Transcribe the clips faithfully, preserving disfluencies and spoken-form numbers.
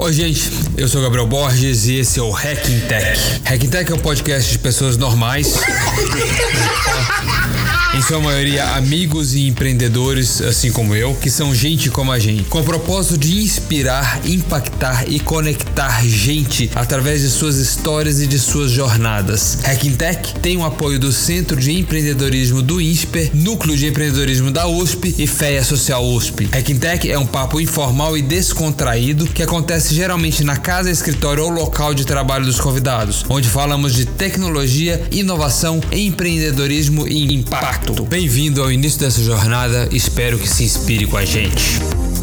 Oi gente, eu sou Gabriel Borges e esse é o Hacking Tech. Hacking Tech é um podcast de pessoas normais, em sua maioria amigos e empreendedores, assim como eu, que são gente como a gente, com o propósito de inspirar, impactar e conectar gente através de suas histórias e de suas jornadas. Hacking Tech tem o apoio do Centro de Empreendedorismo do INSPER, Núcleo de Empreendedorismo da U S P e FEA Social U S P. Hacking Tech é um papo informal e descontraído que acontece geralmente na casa, escritório ou local de trabalho dos convidados, onde falamos de tecnologia, inovação, empreendedorismo e impacto. Bem-vindo ao início dessa jornada, espero que se inspire com a gente.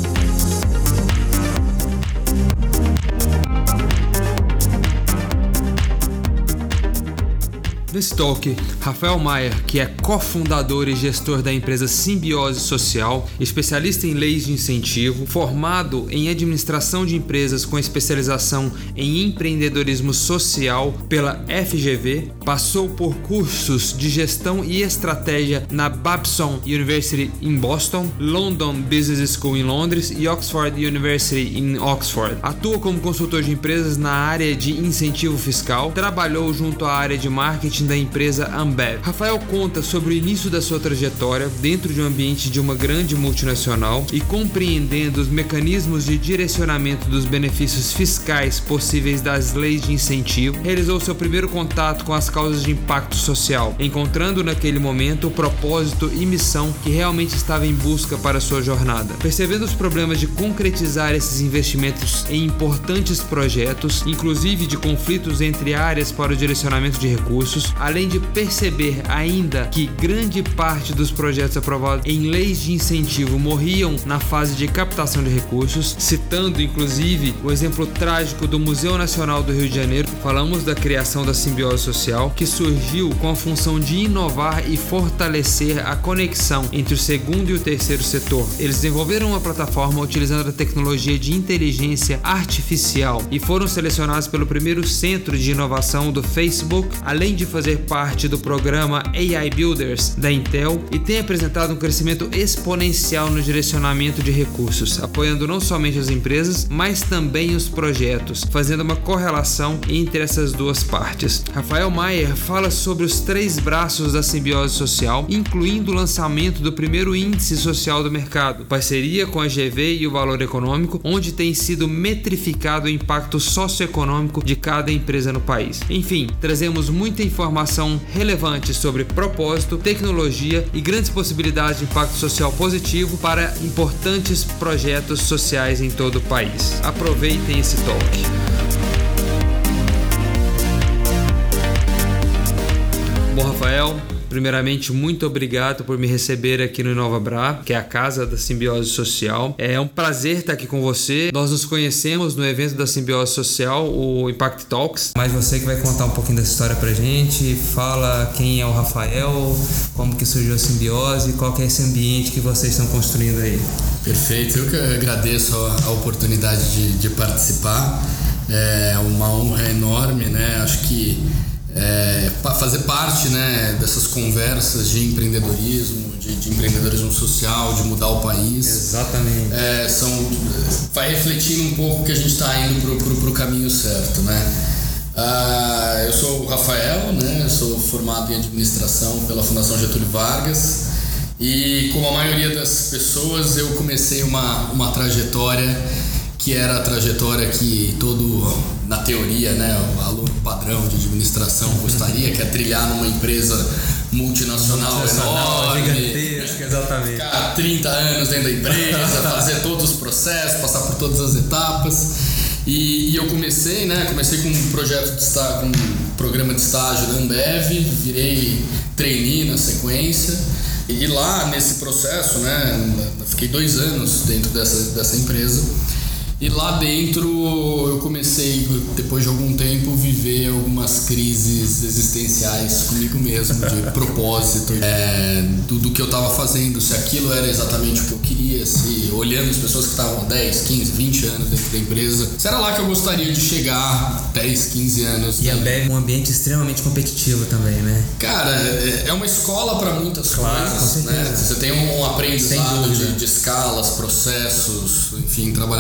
Nesse talk, Rafael Maier, que é cofundador e gestor da empresa Simbiose Social, especialista em leis de incentivo, formado em administração de empresas com especialização em empreendedorismo social pela F G V, passou por cursos de gestão e estratégia na Babson University em Boston, London Business School em Londres e Oxford University em Oxford. Atua como consultor de empresas na área de incentivo fiscal, trabalhou junto à área de marketing da empresa Ambev. Rafael conta sobre o início da sua trajetória dentro de um ambiente de uma grande multinacional e compreendendo os mecanismos de direcionamento dos benefícios fiscais possíveis das leis de incentivo, realizou seu primeiro contato com as causas de impacto social, encontrando naquele momento o propósito e missão que realmente estava em busca para sua jornada. Percebendo os problemas de concretizar esses investimentos em importantes projetos, inclusive de conflitos entre áreas para o direcionamento de recursos, além de perceber ainda que grande parte dos projetos aprovados em leis de incentivo morriam na fase de captação de recursos, citando inclusive o exemplo trágico do Museu Nacional do Rio de Janeiro, falamos da criação da Simbiose Social, que surgiu com a função de inovar e fortalecer a conexão entre o segundo e o terceiro setor. Eles desenvolveram uma plataforma utilizando a tecnologia de inteligência artificial e foram selecionados pelo primeiro centro de inovação do Facebook, além de fazer parte do programa A I Builders da Intel, e tem apresentado um crescimento exponencial no direcionamento de recursos, apoiando não somente as empresas, mas também os projetos, fazendo uma correlação entre essas duas partes. Rafael Maier fala sobre os três braços da simbiose social, incluindo o lançamento do primeiro índice social do mercado, parceria com a G V e o Valor Econômico, onde tem sido metrificado o impacto socioeconômico de cada empresa no país. Enfim, trazemos muita informação relevante sobre propósito, tecnologia e grandes possibilidades de impacto social positivo para importantes projetos sociais em todo o país. Aproveitem esse talk. Bom, Rafael, primeiramente, muito obrigado por me receber aqui no InovaBra, que é a casa da Simbiose Social. É um prazer estar aqui com você. Nós nos conhecemos no evento da Simbiose Social, o Impact Talks. Mas você que vai contar um pouquinho dessa história pra gente, fala quem é o Rafael, como que surgiu a Simbiose e qual que é esse ambiente que vocês estão construindo aí. Perfeito, eu que agradeço a, a oportunidade de, de participar. É uma honra enorme, né? Acho que É, fazer parte, né, dessas conversas de empreendedorismo, de, de empreendedorismo social, de mudar o país. Exatamente. É, são, vai refletindo um pouco que a gente está indo pro, pro, pro caminho certo, né? Ah, eu sou o Rafael, né? Eu sou formado em administração pela Fundação Getúlio Vargas e, como a maioria das pessoas, eu comecei uma, uma trajetória que era a trajetória que todo, na teoria, né, o aluno padrão de administração gostaria, que é trilhar numa empresa multinacional, multinacional enorme, gigantesca, exatamente. Ficar trinta anos dentro da empresa, fazer todos os processos, passar por todas as etapas. E, e eu comecei, né, comecei com um projeto de estágio, com um programa de estágio da Ambev, virei trainee na sequência. E lá, nesse processo, né, fiquei dois anos dentro dessa, dessa empresa. E lá dentro eu comecei, depois de algum tempo, viver algumas crises existenciais comigo mesmo, de propósito, é, do, do que eu estava fazendo, se aquilo era exatamente o que eu queria, se olhando as pessoas que estavam dez, quinze, vinte anos dentro da empresa, se era lá que eu gostaria de chegar dez, quinze anos. E a Ambev é um ambiente extremamente competitivo também, né? Cara, é, é uma escola para muitas claro, coisas, com né? Você tem um aprendizado de, de escalas, processos, enfim, trabalhar numa empresa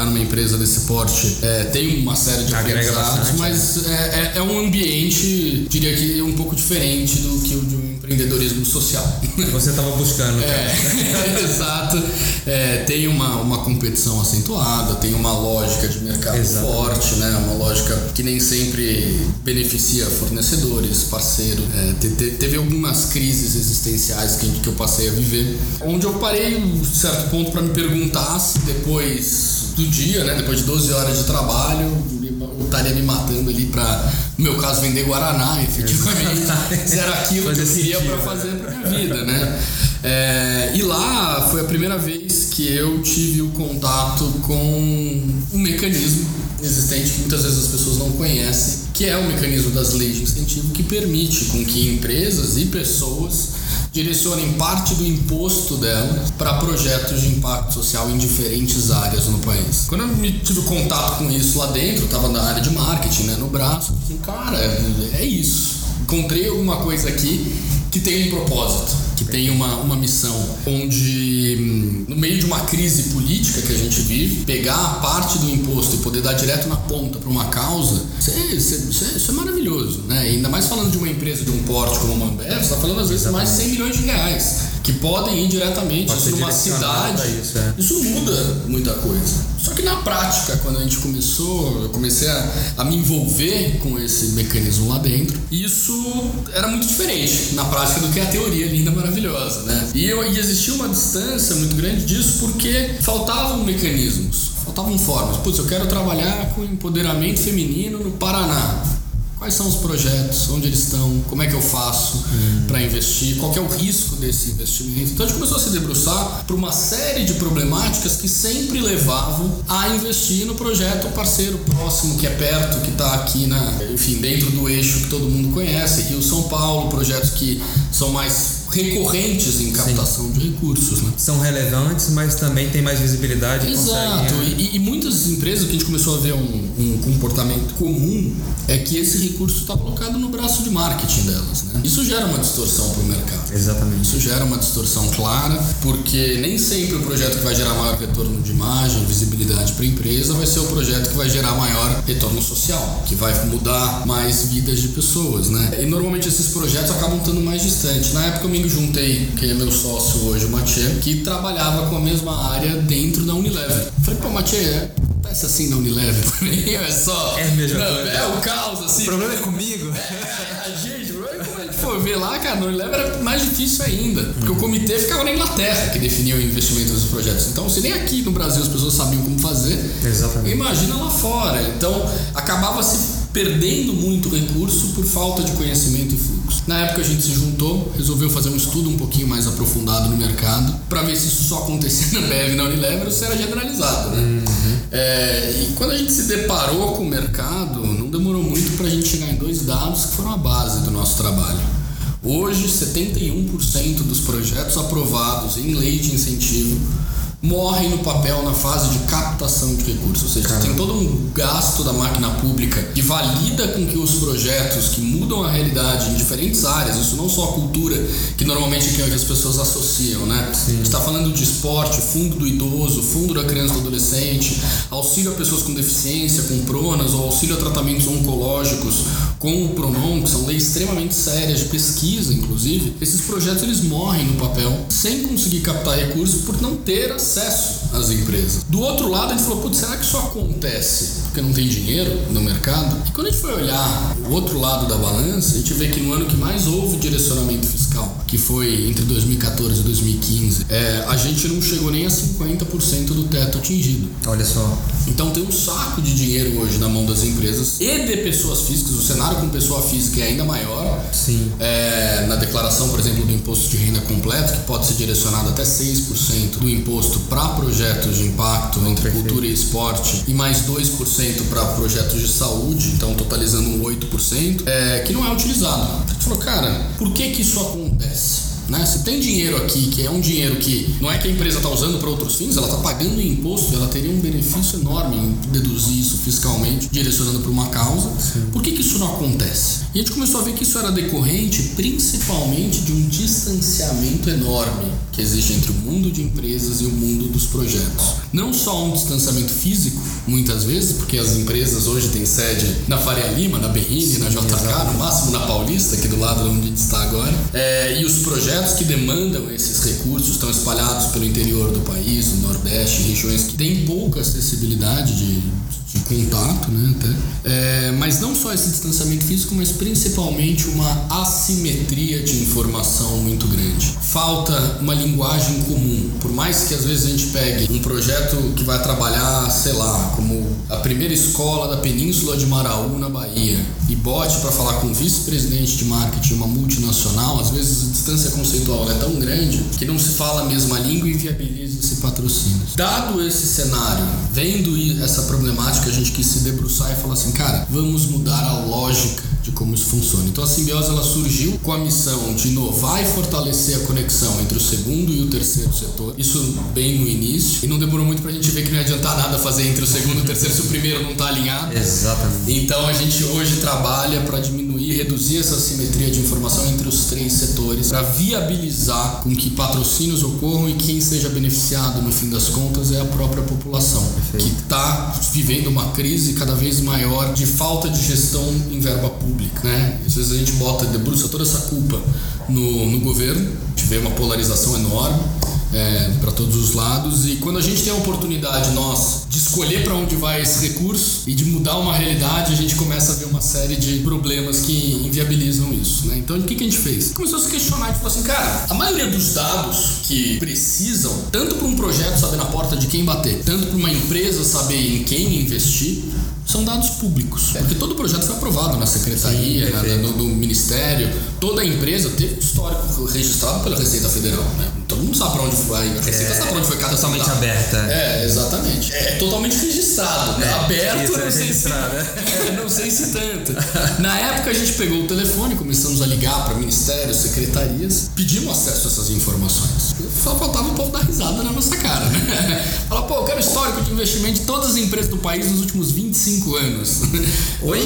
empresa desse porte é, tem uma série de Agrega aprendizados, bastante, mas é, é, é um ambiente, diria que um pouco diferente do que o de um empreendedorismo social. Você estava buscando. É, exato. É, tem uma, uma competição acentuada, tem uma lógica de mercado Exato. forte, né? Uma lógica que nem sempre beneficia fornecedores, parceiros. É, te, te, teve algumas crises existenciais que, que eu passei a viver, onde eu parei em um certo ponto para me perguntar se depois do dia, né? Depois de doze horas de trabalho, eu estaria me matando ali para, no meu caso, vender Guaraná, efetivamente. Se era aquilo que eu queria para fazer para minha vida, né? É, e lá foi a primeira vez que eu tive o contato com um mecanismo existente que muitas vezes as pessoas não conhecem, que é o mecanismo das leis de incentivo, que permite com que empresas e pessoas direcionem parte do imposto delas para projetos de impacto social em diferentes áreas no país. Quando eu me tive contato com isso lá dentro, eu estava na área de marketing, né, no braço, eu falei, cara, é isso. Encontrei alguma coisa aqui que tem um propósito, que tem uma, uma missão, onde no meio de uma crise política que a gente vive, pegar a parte do imposto e poder dar direto na ponta para uma causa, isso é, isso, é, isso é maravilhoso, né? E ainda mais falando de uma empresa de um porte como a Ambev, você está falando às vezes Exatamente. mais de cem milhões de reais, que podem ir diretamente Pode isso numa cidade, isso, é. isso muda muita coisa. Só que na prática, quando a gente começou, eu comecei a, a me envolver com esse mecanismo lá dentro, isso era muito diferente na prática do que a teoria linda, maravilhosa, né? E, eu, e existia uma distância muito grande disso porque faltavam mecanismos, faltavam formas. Putz, eu quero trabalhar com empoderamento feminino no Paraná. Quais são os projetos? Onde eles estão? Como é que eu faço hum. para investir? Qual que é o risco desse investimento? Então a gente começou a se debruçar por uma série de problemáticas que sempre levavam a investir no projeto parceiro próximo, que é perto, que está aqui, na, enfim, dentro do eixo que todo mundo conhece, Rio São Paulo, projetos que são mais recorrentes em captação Sim. de recursos, né? São relevantes, mas também tem mais visibilidade. Exato. E, e muitas empresas, o que a gente começou a ver um, um comportamento comum é que esse recurso está colocado no braço de marketing delas, né? Isso gera uma distorção para o mercado. Exatamente. Isso gera uma distorção clara, porque nem sempre o projeto que vai gerar maior retorno de imagem, visibilidade para a empresa, vai ser o projeto que vai gerar maior retorno social, que vai mudar mais vidas de pessoas, né? E normalmente esses projetos acabam estando mais distantes. Na época eu me juntei, quem é meu sócio hoje, o Mathieu, que trabalhava com a mesma área dentro da Unilever. Falei, pô, Mathieu, é peça assim da Unilever pra mim, é só... É mesmo. Não, é o caos, assim. O problema é comigo. É, a gente, como a gente for ver lá, cara, na Unilever era mais difícil ainda, porque hum. o comitê ficava na Inglaterra, que definia o investimento dos projetos. Então, se nem aqui no Brasil as pessoas sabiam como fazer, Exatamente. imagina lá fora. Então, acabava se perdendo muito recurso por falta de conhecimento e fluxo. Na época a gente se juntou, resolveu fazer um estudo um pouquinho mais aprofundado no mercado para ver se isso só acontecia na Bev e na Unilever ou se era generalizado, né? Uhum. É, e quando a gente se deparou com o mercado, não demorou muito para a gente chegar em dois dados que foram a base do nosso trabalho. Hoje, setenta e um por cento dos projetos aprovados em lei de incentivo morrem no papel na fase de captação de recursos, ou seja, Caramba. tem todo um gasto da máquina pública que valida com que os projetos que mudam a realidade em diferentes áreas, isso não só a cultura, que normalmente é que as pessoas associam, né? Sim. A gente está falando de esporte, fundo do idoso, fundo da criança e do adolescente, auxílio a pessoas com deficiência, com pronas, ou auxílio a tratamentos oncológicos com o Pronom, que são leis extremamente sérias de pesquisa, inclusive. Esses projetos eles morrem no papel sem conseguir captar recursos por não ter acesso às empresas. Do outro lado, a gente falou, putz, será que isso acontece porque não tem dinheiro no mercado? E quando a gente foi olhar o outro lado da balança, a gente vê que no ano que mais houve direcionamento fiscal, que foi entre dois mil e catorze e dois mil e quinze, é, a gente não chegou nem a cinquenta por cento do teto atingido. Olha só. Então tem um saco de dinheiro hoje na mão das empresas e de pessoas físicas. O cenário com pessoa física é ainda maior. Sim. É, na declaração, por exemplo, do imposto de renda completo, que pode ser direcionado até seis por cento do imposto para projetos de impacto entre Perfeito. cultura e esporte e mais dois por cento para projetos de saúde, então totalizando um oito por cento, é, que não é utilizado. A gente falou, cara, por que que isso acontece? né? Se tem dinheiro aqui, que é um dinheiro que não é que a empresa está usando para outros fins, ela está pagando imposto, ela teria um benefício enorme em deduzir isso fiscalmente, direcionando para uma causa. Sim. Por que que isso não acontece? E a gente começou a ver que isso era decorrente principalmente de um distanciamento enorme que existe entre o mundo de empresas e o mundo dos projetos. Não só um distanciamento físico, muitas vezes, porque as empresas hoje têm sede na Faria Lima, na Berrini, na J K, no máximo na Paulista, aqui do lado onde a gente está agora. É, e os projetos que demandam esses recursos estão espalhados pelo interior do país, no Nordeste, regiões que têm pouca acessibilidade de, de contato, né, até. É, mas não só esse distanciamento físico, mas principalmente uma assimetria de informação muito grande. Falta uma linguagem comum. Por mais que às vezes a gente pegue um projeto que vai trabalhar, sei lá, como a primeira escola da Península de Maraú, na Bahia, e bote para falar com o vice-presidente de marketing de uma multinacional, às vezes a distância conceitual é tão grande que não se fala a mesma língua e inviabiliza esse patrocínio. Dado esse cenário, vendo essa problemática, a gente quis se debruçar e falar assim, cara, vamos mudar a lógica de como isso funciona. Então a Simbiose ela surgiu com a missão de inovar e fortalecer a conexão entre o segundo e o terceiro setor. Isso bem no início. E não demorou muito pra gente ver que não ia adiantar nada fazer entre o segundo e o terceiro se o primeiro não tá alinhado. Exatamente. Então a gente hoje trabalha para diminuir e reduzir essa assimetria de informação entre os três setores, para viabilizar com que patrocínios ocorram e quem seja beneficiado no fim das contas é a própria população. Perfeito. Que está vivendo uma crise cada vez maior de falta de gestão em verba pública. Né? Às vezes a gente bota, debruça toda essa culpa no, no governo, a gente vê uma polarização enorme é, para todos os lados, e quando a gente tem a oportunidade, nós, de escolher para onde vai esse recurso e de mudar uma realidade, a gente começa a ver uma série de problemas que inviabilizam isso. Né? Então o que, que a gente fez? Começou a se questionar e falou assim, cara, a maioria dos dados que precisam, tanto para um projeto saber na porta de quem bater, tanto para uma empresa saber em quem investir, são dados públicos, porque todo projeto foi aprovado na secretaria, Sim, na, no, no ministério, toda a empresa teve um histórico registrado pela Receita Federal, né? Todo mundo sabe para onde foi, a Receita é, sabe para onde foi cada totalmente aberta. É, exatamente. É totalmente registrado, né? É, aberto, isso, não, é sei se, é, não sei se tanto. Na época a gente pegou o telefone, começamos a ligar para ministérios, secretarias, pedimos acesso a essas informações. Só faltava o povo dar risada na nossa cara, né? Falar, pô, eu quero histórico de investimento de todas as empresas do país nos últimos vinte e cinco anos. Oi?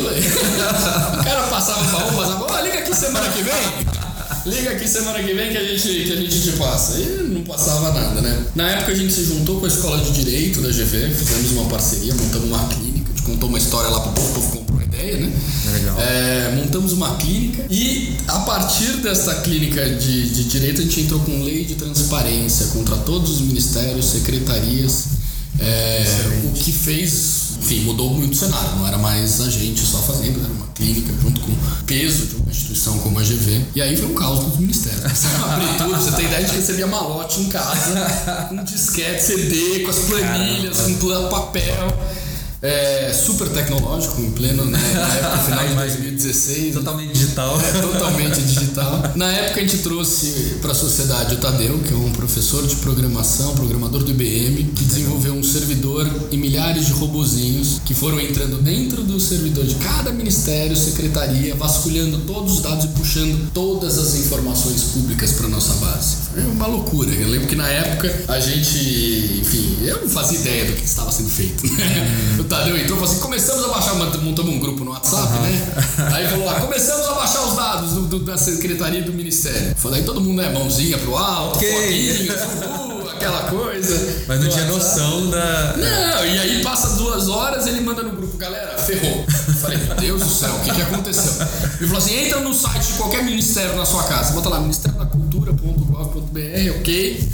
O cara passava pra um, passava, ó, oh, liga aqui semana que vem. Liga aqui semana que vem que a gente, que a gente te passa. E não passava nada, né? Na época a gente se juntou com a Escola de Direito da G V, fizemos uma parceria, montamos uma clínica, a gente contou uma história lá pro povo, o povo comprou uma ideia, né? Legal. É, montamos uma clínica e a partir dessa clínica de, de direito a gente entrou com lei de transparência contra todos os ministérios, secretarias. É, o que fez, enfim, mudou muito o cenário. Não era mais a gente só fazendo, era uma clínica junto com o peso de uma instituição como a G V. E aí foi um caos dos ministérios. Você abrir tudo, você tem ideia de que recebia malote em casa, com disquete, C D, com as planilhas, com papel. É, super tecnológico, em pleno, né, na época, final de dois mil e dezesseis. Totalmente digital. É, totalmente digital. Na época a gente trouxe para a sociedade o Tadeu, que é um professor de programação, programador do I B M, que desenvolveu um servidor e milhares de robozinhos que foram entrando dentro do servidor de cada ministério, secretaria, vasculhando todos os dados e puxando todas as informações públicas para nossa base. Foi uma loucura. Eu lembro que na época a gente, enfim, eu não fazia ideia do que estava sendo feito, né? O Tadeu entrou e falou assim, começamos a baixar, montamos um grupo no WhatsApp, uhum. né? Aí falou lá, começamos a baixar os dados do, do, da secretaria do ministério. Falei, aí todo mundo, né, mãozinha pro alto, okay. fotinho, uh, aquela coisa. Mas não tinha noção da... Não, e aí passa duas horas, ele manda no grupo, galera, ferrou. Falei, meu Deus do céu, o que que aconteceu? Ele falou assim, entra no site de qualquer ministério na sua casa, bota lá, ministério da cultura ponto gov ponto br, ok?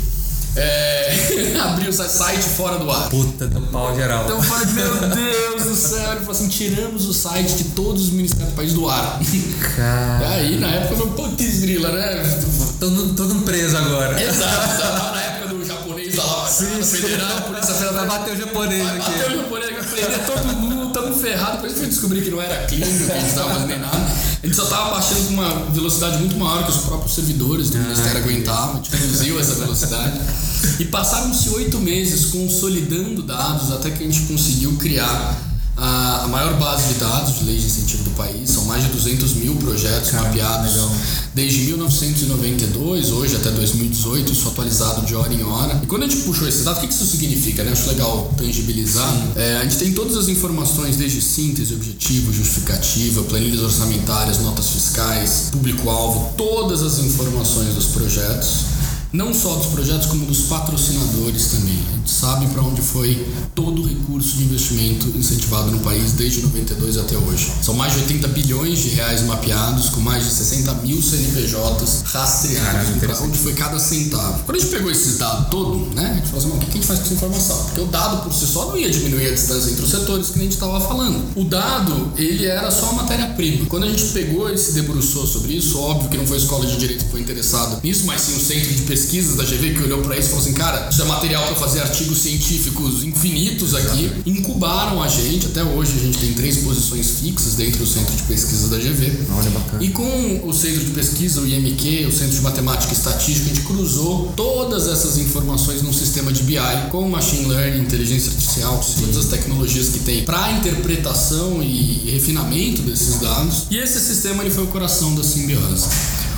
É, abriu o site fora do ar. Puta, deu pau geral. Então eu falei, meu Deus do céu. Ele falou assim, tiramos o site de todos os ministérios do país do ar. Cara. E aí, na época, eu falei, putz grila, né? Todo, todo preso agora. Exato, na época do japonês lá, sim, federal, polícia federal. Vai bater o japonês vai aqui. Bateu o japonês, vai prender todo mundo, tamo ferrado. Depois a gente descobriu que não era clínico, que a gente tava fazendo nem nada. A gente só tava baixando com uma velocidade muito maior que os próprios servidores do ah, ministério aguentavam. A gente reduziu essa velocidade. E passaram-se oito meses consolidando dados até que a gente conseguiu criar a, a maior base de dados de leis de incentivo do país. São mais de duzentos mil projetos Caramba, mapeados legal. Desde mil novecentos e noventa e dois, hoje até dois mil e dezoito, isso atualizado de hora em hora. E quando a gente puxou esses dados, o que isso significa, né? Acho legal tangibilizar. É, a gente tem todas as informações, desde síntese, objetivo, justificativa, planilhas orçamentárias, notas fiscais, público-alvo, todas as informações dos projetos. Não só dos projetos, como dos patrocinadores também. A gente sabe para onde foi todo o recurso de investimento incentivado no país desde noventa e dois até hoje. São mais de oitenta bilhões de reais mapeados, com mais de sessenta mil C N P Js rastreados para onde foi cada centavo. Quando a gente pegou esses dados todos, né, a gente falou assim, o que a gente faz com essa informação? Porque o dado por si só não ia diminuir a distância entre os setores que a gente estava falando. O dado, ele era só a matéria-prima. Quando a gente pegou e se debruçou sobre isso, óbvio que não foi a escola de direito que foi interessado nisso, mas sim o centro de pesquisa pesquisas da G V que olhou para isso e falou assim, cara, isso é material para fazer artigos científicos infinitos aqui. Incubaram a gente, até hoje a gente tem três posições fixas dentro do centro de pesquisa da G V. Olha, bacana. E com o centro de pesquisa, o I M Q, o Centro de Matemática e Estatística, a gente cruzou todas essas informações num sistema de B I, com machine learning, inteligência artificial, Sim. todas as tecnologias que tem para interpretação e refinamento desses dados. E esse sistema ele foi o coração da Simbiose.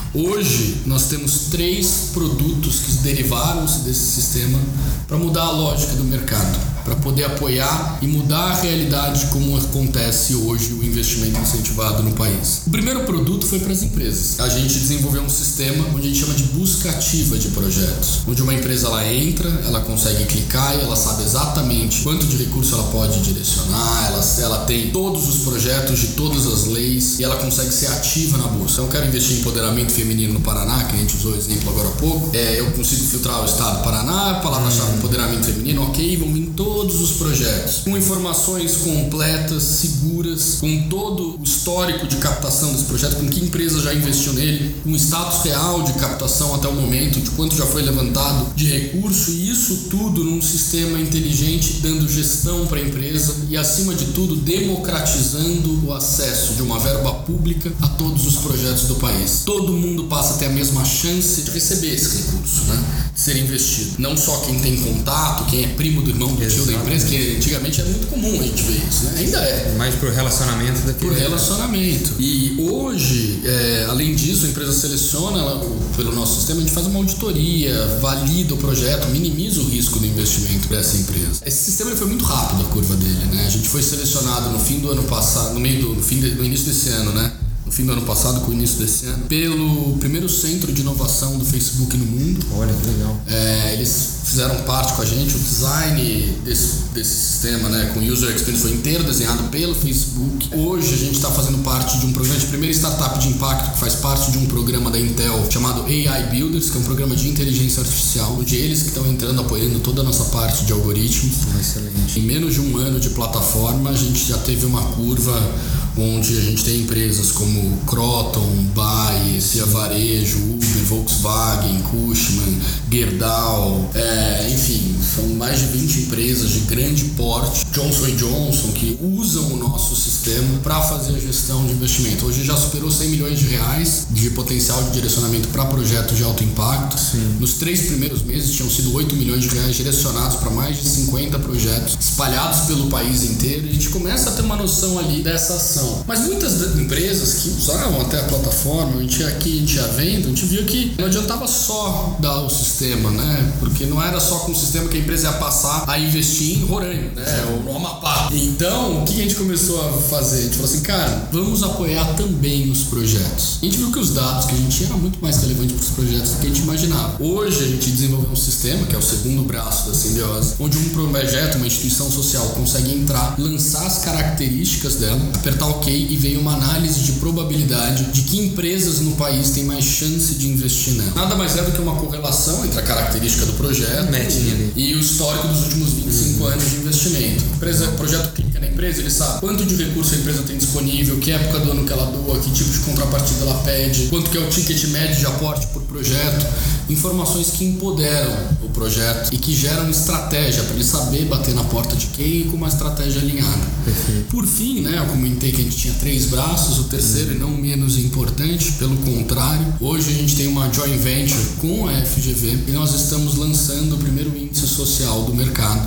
Hoje nós temos três produtos que derivaram-se desse sistema para mudar a lógica do mercado, para poder apoiar e mudar a realidade como acontece hoje o investimento incentivado no país. O primeiro produto foi para as empresas. A gente desenvolveu um sistema onde a gente chama de busca ativa de projetos, onde uma empresa ela entra, ela consegue clicar e ela sabe exatamente quanto de recurso ela pode direcionar, ela, ela tem todos os projetos de todas as leis e ela consegue ser ativa na busca. Então eu quero investir em empoderamento feminino no Paraná, que a gente usou o exemplo agora há pouco, é, eu consigo filtrar o estado do Paraná, palavra-chave hum. empoderamento feminino, ok, vão vir todos os projetos, com informações completas, seguras, com todo o histórico de captação desse projeto, com que empresa já investiu nele, com o status real de captação até o momento, de quanto já foi levantado de recurso, e isso tudo num sistema inteligente, dando gestão para a empresa e, acima de tudo, democratizando o acesso de uma verba pública a todos os projetos do país. Todo mundo passa a ter a mesma chance de receber esse recurso, né? De ser investido. Não só quem tem contato, quem é primo do irmão do Exatamente. Tio da empresa, que antigamente é muito comum a gente ver isso, né? Ainda é. Mais por relacionamento daquele. Por relacionamento. E hoje, é, além disso, a empresa seleciona ela, pelo nosso sistema, a gente faz uma auditoria, valida o projeto, minimiza o risco do investimento para essa empresa. Esse sistema foi muito rápido, a curva dele, né? A gente foi selecionado no fim do ano passado, no meio do, no fim de, no início desse ano, né? No fim do ano passado, com o início desse ano, pelo primeiro centro de inovação do Facebook no mundo. Olha, que legal. É, eles fizeram parte com a gente, o design desse, desse sistema, né, com o User Experience foi inteiro desenhado pelo Facebook. Hoje a gente está fazendo parte de um programa de primeira startup de impacto, que faz parte de um programa da Intel chamado A I Builders, que é um programa de inteligência artificial, onde eles que estão entrando, apoiando toda a nossa parte de algoritmos. Excelente. Em menos de um ano de plataforma, a gente já teve uma curva onde a gente tem empresas como Croton, Bayer, Cia Varejo, Uber, Volkswagen, Cushman, Gerdau, é, enfim, são mais de vinte empresas de grande porte, Johnson and Johnson, que usam o nosso sistema para fazer a gestão de investimento. Hoje já superou cem milhões de reais de potencial de direcionamento para projetos de alto impacto. Sim. Nos três primeiros meses tinham sido oito milhões de reais direcionados para mais de cinquenta projetos espalhados pelo país inteiro, e a gente começa a ter uma noção ali dessa ação. Mas muitas empresas que usavam até a plataforma, a gente ia aqui, a gente ia vendo, a gente viu que não adiantava só dar o sistema, né? Porque não era só com o sistema que a empresa ia passar a investir em Roraima, né? Ou no Amapá. Então, o que a gente começou a fazer? A gente falou assim, cara, vamos apoiar também os projetos. A gente viu que os dados que a gente tinha eram muito mais relevantes para os projetos do que a gente imaginava. Hoje, a gente desenvolveu um sistema, que é o segundo braço da Simbiose, onde um projeto, uma instituição social consegue entrar, lançar as características dela, apertar OK e veio uma análise de probabilidade de que empresas no país têm mais chance de investir nela. Nada mais é do que uma correlação entre a característica do projeto e, e o histórico dos últimos vinte e cinco uhum. anos de investimento. A empresa, o projeto clica na empresa, ele sabe quanto de recurso a empresa tem disponível, que época do ano que ela doa, que tipo de contrapartida ela pede, quanto que é o ticket médio de aporte por projeto. Informações que empoderam o projeto e que geram estratégia para ele saber bater na porta de quem e com uma estratégia alinhada. Perfeito. Por fim, né, eu comentei que a gente tinha três braços, o terceiro, uhum. e não menos importante, pelo contrário, hoje a gente tem uma joint venture com a F G V e nós estamos lançando o primeiro índice social do mercado, onde a gente está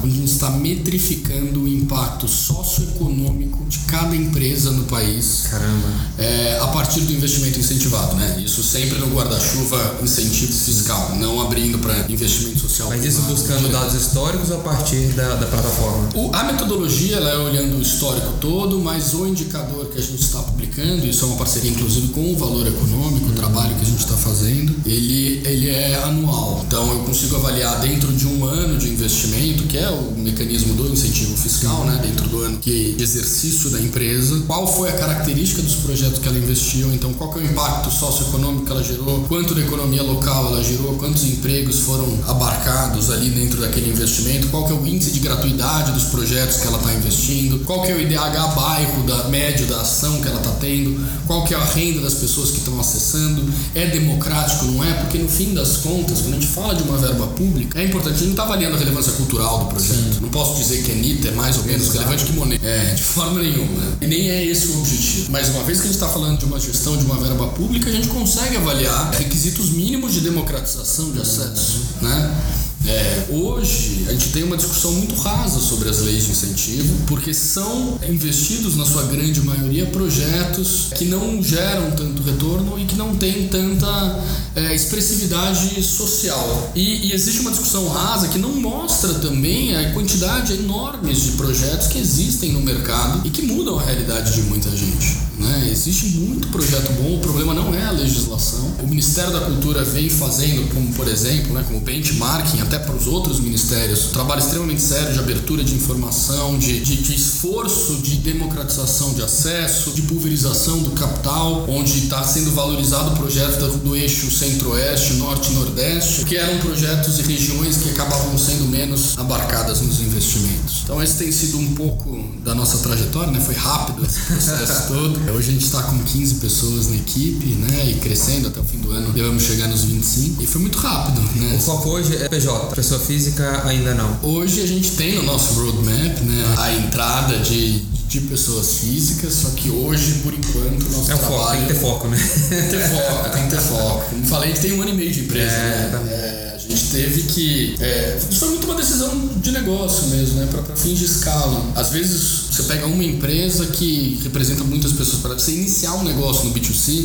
está metrificando o impacto socioeconômico de cada empresa no país. Caramba. É, a partir do investimento incentivado, né? Isso sempre no guarda-chuva incentivo fiscal, não abrindo para investimento social. Mas isso buscando direto. Dados históricos a partir da, da plataforma? O, a metodologia ela é olhando o histórico todo, mas o indicador que a gente está publicando, isso é uma parceria inclusive com o Valor Econômico, uhum. o trabalho que a gente está fazendo, ele, ele é anual. Então eu consigo avaliar dentro de um ano de investimento, que é o mecanismo do incentivo fiscal, né? Dentro do ano que exercício da empresa, qual foi a característica dos projetos que ela investiu, então qual que é o impacto socioeconômico que ela gerou, quanto da economia local ela gerou, quantos empregos foram abarcados ali dentro daquele investimento, qual que é o índice de gratuidade dos projetos que ela está investindo, qual que é o I D H bairro da médio da ação que ela está tendo, qual que é a renda das pessoas que estão acessando, é democrático, não é? Porque no fim das contas, quando a gente fala de uma verba pública, é importante, a gente não está avaliando a relevância cultural do projeto. Sim. Não posso dizer que a Anitta é mais ou menos Exato. relevante que Monet. É, de forma nenhuma. E nem é esse o objetivo. Mas uma vez que a gente está falando de uma gestão de uma verba pública, a gente consegue avaliar requisitos mínimos de democratização de acesso, né? É, hoje a gente tem uma discussão muito rasa sobre as leis de incentivo, porque são investidos na sua grande maioria projetos que não geram tanto retorno e que não têm tanta é, expressividade social. E, e existe uma discussão rasa que não mostra também a quantidade enorme de projetos que existem no mercado e que mudam a realidade de muita gente, né? Existe muito projeto bom, o problema não é a legislação. O Ministério da Cultura vem fazendo, como por exemplo, né, como benchmarking até para os outros ministérios, um trabalho extremamente sério de abertura de informação, de, de, de esforço de democratização de acesso, de pulverização do capital, onde está sendo valorizado o projeto do, do eixo centro-oeste, norte e nordeste, que eram projetos e regiões que acabavam sendo menos abarcadas nos investimentos. Então esse tem sido um pouco da nossa trajetória, né? Foi rápido esse processo todo. Hoje a gente está com quinze pessoas na equipe, né? E crescendo até o fim do ano, devemos chegar nos vinte e cinco. E foi muito rápido, né? O foco hoje é P J. Pessoa física ainda não. Hoje a gente tem no nosso roadmap, né, a entrada de, de pessoas físicas, só que hoje, por enquanto, o nosso é trabalho... Foco, tem que ter foco, né? Tem que ter foco, tem que ter foco. Como falei, a gente tem um ano e meio de empresa, é, né? É, a gente teve que... É, isso foi muito uma decisão de negócio mesmo, né? Para fins de escala. Às vezes, você pega uma empresa que representa muitas pessoas. Para você iniciar um negócio no B dois C,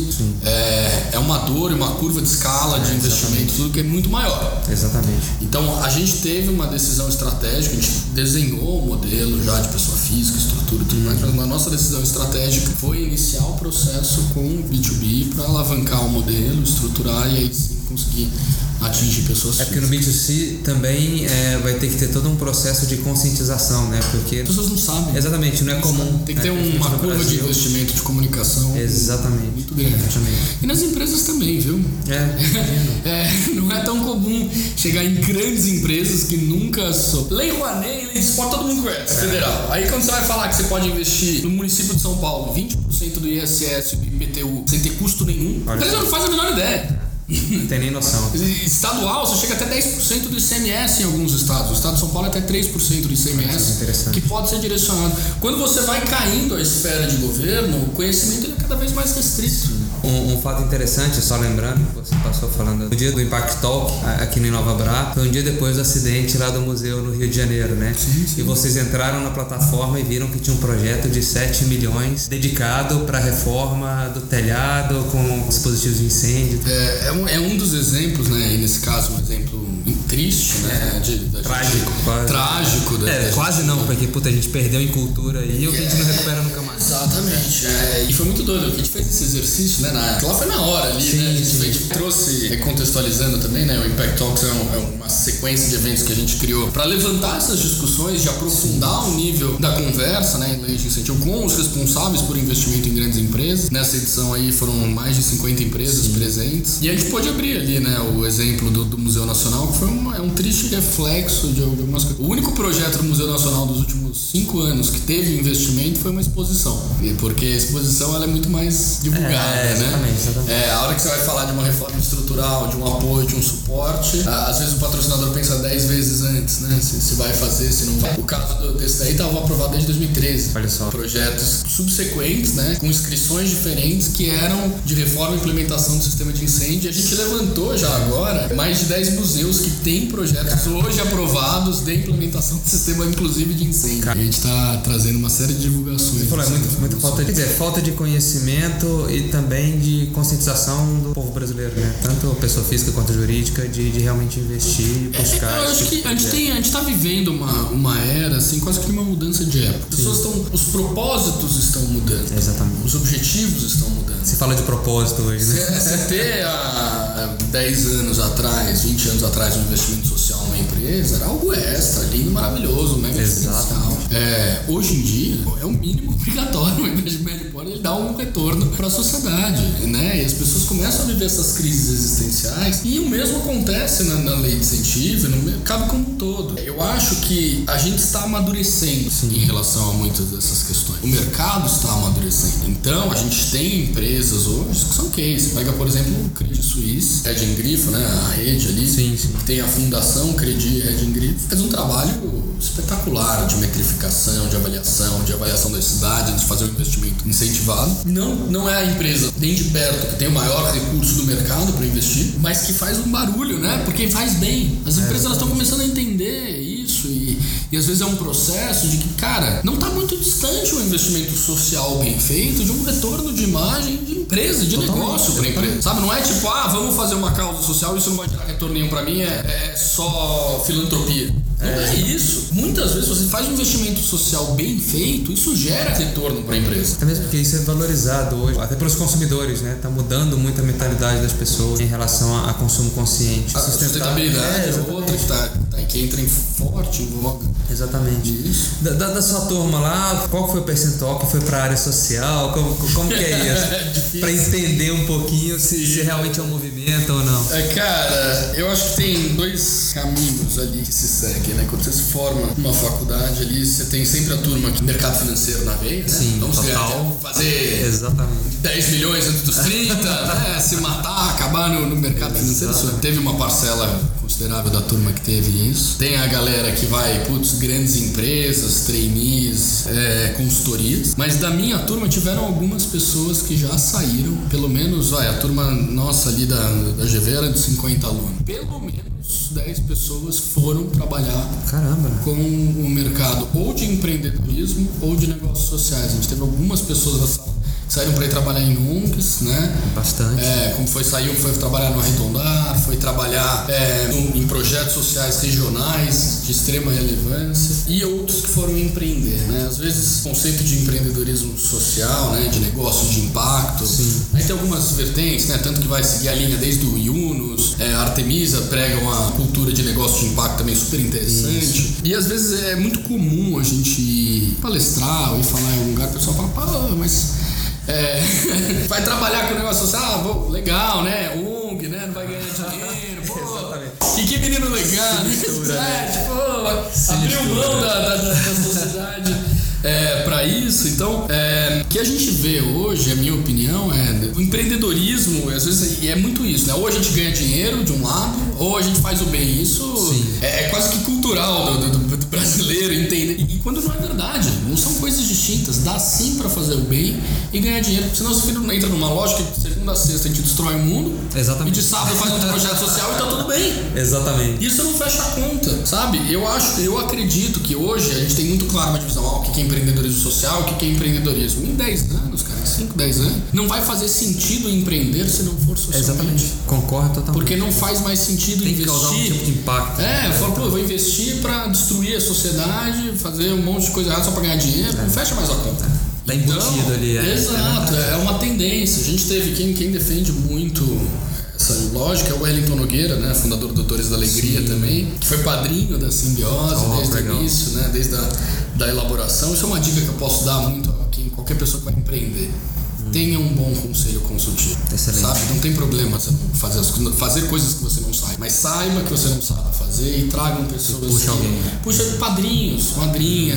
é, é uma dor e uma curva de escala, é, de investimento, tudo que é muito maior. Exatamente. Então, a gente teve uma decisão estratégica, a gente desenhou o modelo já de pessoa física, estrutura e tudo mais, mas a nossa decisão estratégica foi iniciar o processo com o B dois B para alavancar o modelo, estruturar e aí sim conseguir atingir pessoas é porque no B dois C também é, vai ter que ter todo um processo de conscientização, né? Porque as pessoas não sabem. Exatamente, não é comum. Tem que ter né? uma curva de investimento de comunicação Exatamente. muito grande. Exatamente. E nas empresas também, viu? É, é, não é tão comum chegar em grandes empresas que nunca sou. Lei Rouanet, Lei de Esporte, todo mundo conhece, é. federal. Aí quando você vai falar que você pode investir no município de São Paulo vinte por cento do I S S e I P T U sem ter custo nenhum, a empresa não faz a menor ideia. Não tem nem noção. Estadual, você chega até dez por cento do I C M S em alguns estados. O estado de São Paulo é até três por cento do I C M S, que pode ser direcionado. Quando você vai caindo a esfera de governo, o conhecimento ele é cada vez mais restrito. Um, um fato interessante, só lembrando que você passou falando, no dia do Impact Talk, aqui no Nova Bra, foi um dia depois do acidente lá do museu no Rio de Janeiro, né? Sim, sim. E vocês entraram na plataforma e viram que tinha um projeto de sete milhões dedicado para a reforma do telhado com dispositivos de incêndio. É, é, um, é um dos exemplos, né? E nesse caso, um exemplo triste, né? De, de, trágico, de, quase. Trágico. Da, é, da quase gente. não, porque puta, a gente perdeu em cultura aí e o que a gente não recupera nunca mais. Exatamente. É, e foi muito doido, a gente fez esse exercício, né? Na, lá foi na hora ali, sim, né? A gente, sim. a gente trouxe, recontextualizando também, né? O Impact Talks é, um, é uma sequência de eventos que a gente criou para levantar essas discussões, de aprofundar sim. o nível da conversa, né? Em lei de incentivo com os responsáveis por investimento em grandes empresas. Nessa edição aí foram mais de cinquenta empresas sim. presentes. E a gente pôde abrir ali, né? O exemplo do, do Museu Nacional, que foi uma, é um triste reflexo de algumas coisas. O único projeto do Museu Nacional dos últimos cinco anos que teve investimento foi uma exposição. exposição. Porque a exposição ela é muito mais divulgada, é, exatamente, né? Exatamente. É, a hora que você vai falar de uma reforma estrutural, de um apoio, de um suporte, às vezes o patrocinador pensa dez vezes antes, né? Se, se vai fazer, se não vai. O caso do, desse daí estava aprovado desde dois mil e treze. Olha só. Projetos subsequentes, né? Com inscrições diferentes que eram de reforma e implementação do sistema de incêndio. A gente levantou já agora mais de dez museus que têm projetos hoje aprovados de implementação do sistema, inclusive de incêndio. A gente está trazendo uma série de divulgações. Você falou, é muito, muito falta de, quer dizer, falta de conhecimento e também de conscientização do povo brasileiro, né? Tanto pessoa física quanto jurídica, de, de realmente investir e buscar. É, eu acho que a gente tem, a gente está vivendo uma, uma era, assim, quase que uma mudança de época. As pessoas estão, os propósitos estão mudando. Exatamente. Os objetivos estão mudando. Se fala de propósito hoje, né? Você ter há dez anos atrás, vinte anos atrás, um investimento social numa empresa era algo extra, lindo, maravilhoso, mega diferencial. É, hoje em dia, é o mínimo obrigatório, uma empresa de médio porte, ele dá um retorno para a sociedade, né? E as pessoas começam a viver essas crises existenciais e o mesmo acontece na, na lei de incentivo, no mercado como um todo. Eu acho que a gente está amadurecendo Sim. em relação a muitas dessas questões. O mercado está amadurecendo. Então, a gente tem empresas hoje que são case. Pega, por exemplo, o Credit Suisse, Red Grifo, né? A rede ali, sim, sim. que tem a fundação Credit Red Grifo. Faz um trabalho espetacular de metrificação, de avaliação, de avaliação da cidade, de fazer um investimento incentivado. Não, não é a empresa nem de perto que tem o maior recurso do mercado para investir, mas que faz um barulho, né? Porque faz bem. As empresas é, elas estão começando a entender isso e, e às vezes é um processo de que, cara, não está muito distante um investimento social bem feito de um retorno de imagem de empresa, de Totalmente. negócio para empresa. Sabe? Não é tipo, ah, vamos fazer uma causa social e isso não vai gerar retorno nenhum para mim, é, é só filantropia. Não é, é isso. Muitas vezes você faz um investimento social bem feito, isso gera retorno para a empresa. É mesmo porque isso é valorizado hoje, até pelos consumidores, né? Tá mudando muito a mentalidade das pessoas em relação a, a consumo consciente. A sustentabilidade é, é outra que, tá, tá, que entra em forte em voga. Exatamente. Isso. Da, da, da sua turma lá, qual foi o percentual que foi para a área social? Como, como que é isso? Para entender um pouquinho se, se realmente é um movimento ou não. É, cara, eu acho que tem dois caminhos ali que se seguem, né? Quando você se forma numa faculdade ali, você tem sempre a turma que mercado financeiro na veia, né? Sim, Vamos total. fazer Exatamente. dez milhões antes dos trinta, né? Se matar, acabar no, no mercado financeiro. Exatamente. Teve uma parcela considerável da turma que teve isso. Tem a galera que vai, putz, grandes empresas, trainees, é, consultorias. Mas da minha turma tiveram algumas pessoas que já saíram, pelo menos, vai, a turma nossa ali da, da G V era de cinquenta alunos. Pelo menos dez pessoas foram trabalhar Caramba. com o mercado ou de empreendedorismo ou de negócios sociais. A gente teve algumas pessoas na sala saíram para ir trabalhar em O N Gs, né? Bastante. É, como foi, saiu, foi trabalhar no Arredondar, foi trabalhar é, no, em projetos sociais regionais de extrema relevância e outros que foram empreender, né? Às vezes, o conceito de empreendedorismo social, né? De negócio de impacto. Sim. Aí tem algumas vertentes, né? Tanto que vai seguir a linha desde o Yunus, é, a Artemisa prega uma cultura de negócio de impacto também super interessante. Isso. E às vezes é muito comum a gente ir palestrar ou ir falar em algum lugar, o pessoal fala, pô, mas... É, vai trabalhar com o negócio social, ah, pô, legal, né? O N G, né? Não vai ganhar dinheiro, pô. Que, que menino legal, né? É, tipo, abriu mão da, da, da, da sociedade é, para isso. Então, é, o que a gente vê hoje, a minha opinião, é o empreendedorismo, às vezes é muito isso, né? Ou a gente ganha dinheiro de um lado, ou a gente faz o bem. Isso é, é quase que cultural do, do, do brasileiro entender. E, e quando não é verdade, não são coisas distintas. Dá sim para fazer o bem e ganhar dinheiro, porque senão você entra numa lógica que de segunda a sexta a gente destrói o mundo. Exatamente. E de sábado faz um projeto social e tá tudo bem. Exatamente. Isso não fecha a conta, sabe? Eu acho, eu acredito que hoje a gente tem muito claro uma divisão, ó, o que é empreendedorismo social, o que é empreendedorismo. Em dez anos, cara, em cinco, dez anos, não vai fazer sentido empreender se não for socialmente. Exatamente. Concordo totalmente. Porque não faz mais sentido tem investir. Que causar um tipo de impacto. É, eu falo, pô, eu vou investir pra destruir a sociedade, fazer um monte de coisa errada só pra ganhar dinheiro. É. Não fecha mais a conta. Tá embutido então, ali. É, exato, é, é uma tendência. A gente teve quem, quem defende muito essa lógica é o Wellington Nogueira, né, fundador do Doutores da Alegria. Sim. Também, que foi padrinho da simbiose oh, desde legal. o início, né, desde a da elaboração. Isso é uma dica que eu posso dar muito a quem, qualquer pessoa que vai empreender. Hum. Tenha um bom conselho consultivo. Excelente. Sabe? Não tem problema você fazer, as, fazer coisas que você não sabe, mas saiba que você não sabe fazer e tragam pessoas. Puxa que, alguém. Puxa padrinhos, madrinhas.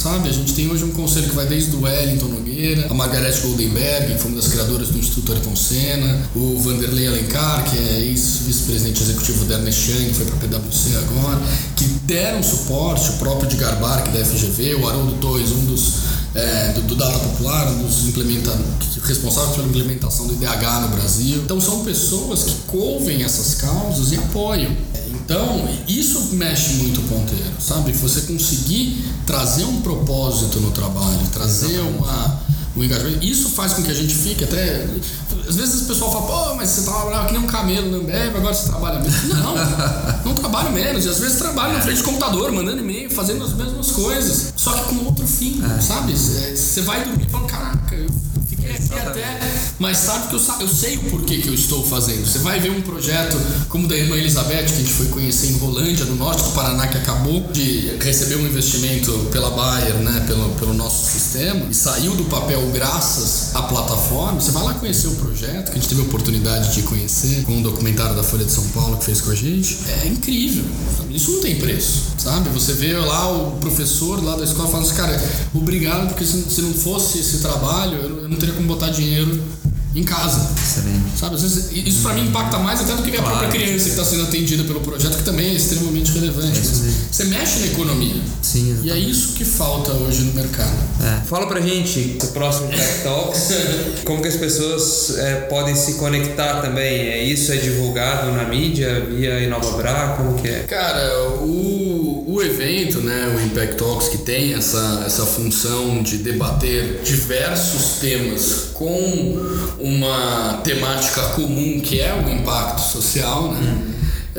sabe? A gente tem hoje um conselho que vai desde o Wellington Nogueira, a Margareth Goldenberg, que foi uma das criadoras do Instituto Ayrton Senna, o Vanderlei Alencar, que é ex-vice-presidente executivo da Ernest Young, que foi para a P W C agora, que deram suporte, o próprio Edgar Bar, que é da F G V, o Haroldo Torres, um dos É, do, do Data Popular, um dos responsáveis pela implementação do I D H no Brasil. Então são pessoas que couvem essas causas e apoiam. Então isso mexe muito o ponteiro, sabe? Você conseguir trazer um propósito no trabalho, trazer uma, um engajamento, isso faz com que a gente fique até... Às vezes o pessoal fala, pô, mas você trabalhava que nem um camelo na Ambev, agora você trabalha menos. Não, não trabalho menos. E às vezes trabalho na frente do computador, mandando e-mail, fazendo as mesmas coisas, só que com outro fim, é. sabe? Você vai dormir e fala, caraca, eu fiquei aqui até mais tarde porque eu, eu sei o porquê que eu estou fazendo. Você vai ver um projeto como o da irmã Elizabeth, que a gente foi conhecer em Rolândia, no norte do Paraná, que acabou de receber um investimento pela Bayer, né, pelo, pelo nosso sistema, e saiu do papel graças à plataforma. Você vai lá conhecer o projeto, que a gente teve a oportunidade de conhecer com um documentário da Folha de São Paulo que fez com a gente. É incrível, isso não tem preço, sabe? Você vê lá o professor lá da escola falando assim, cara, obrigado, porque se, se não fosse esse trabalho, eu não teria como botar dinheiro em casa. Excelente. Sabe? Às vezes, isso pra mim impacta mais até do que a claro. própria criança que está sendo atendida pelo projeto, que também é extremamente relevante. É você mexe na economia. Sim, exatamente. E é isso que falta hoje no mercado. É. Fala pra gente, o próximo Tech Talks, como que as pessoas é, podem se conectar também. É, isso é divulgado na mídia, via Inovabra, como que é? Cara, o, o evento, né, o Impact Talks, que tem essa, essa função de debater diversos temas com uma temática comum, que é o impacto social, né? Uhum.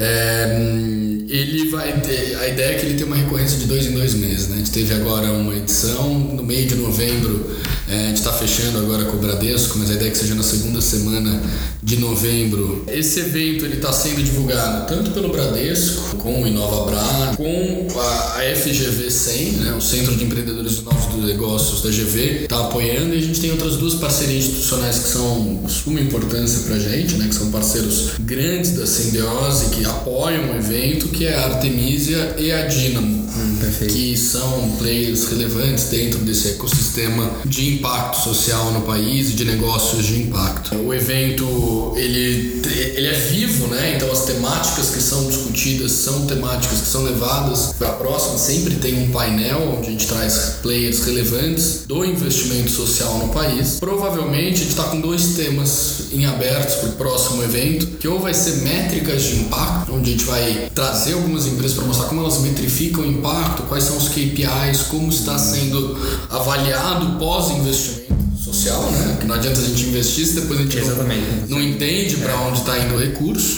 É, ele vai ter, a ideia é que ele tem uma recorrência de dois em dois meses, né? A gente teve agora uma edição no meio de novembro, é, a gente está fechando agora com o Bradesco, mas a ideia é que seja na segunda semana de novembro. Esse evento ele está sendo divulgado tanto pelo Bradesco, com o Inovabra, com a, a F G V cem, né? O Centro de Empreendedores e Novos Negócios da G V, está apoiando, e a gente tem outras duas parcerias institucionais que são de suma importância para a gente, né? Que são parceiros grandes da Simbiose, que apoiam o evento, que é a Artemisia e a Dynamo, hum, que são players relevantes dentro desse ecossistema de impacto social no país e de negócios de impacto. O evento ele, ele é vivo, né? Então as temáticas que são discutidas são temáticas que são levadas para a próxima. Sempre tem um painel onde a gente traz players relevantes do investimento social no país. Provavelmente a gente está com dois temas em abertos para o próximo evento, que ou vai ser métricas de impacto, onde a gente vai trazer algumas empresas para mostrar como elas metrificam o impacto, quais são os K P Is, como está sendo avaliado pós-investimento social, né? Que não adianta a gente investir se depois a gente Exatamente. não, não entende para onde está indo o recurso.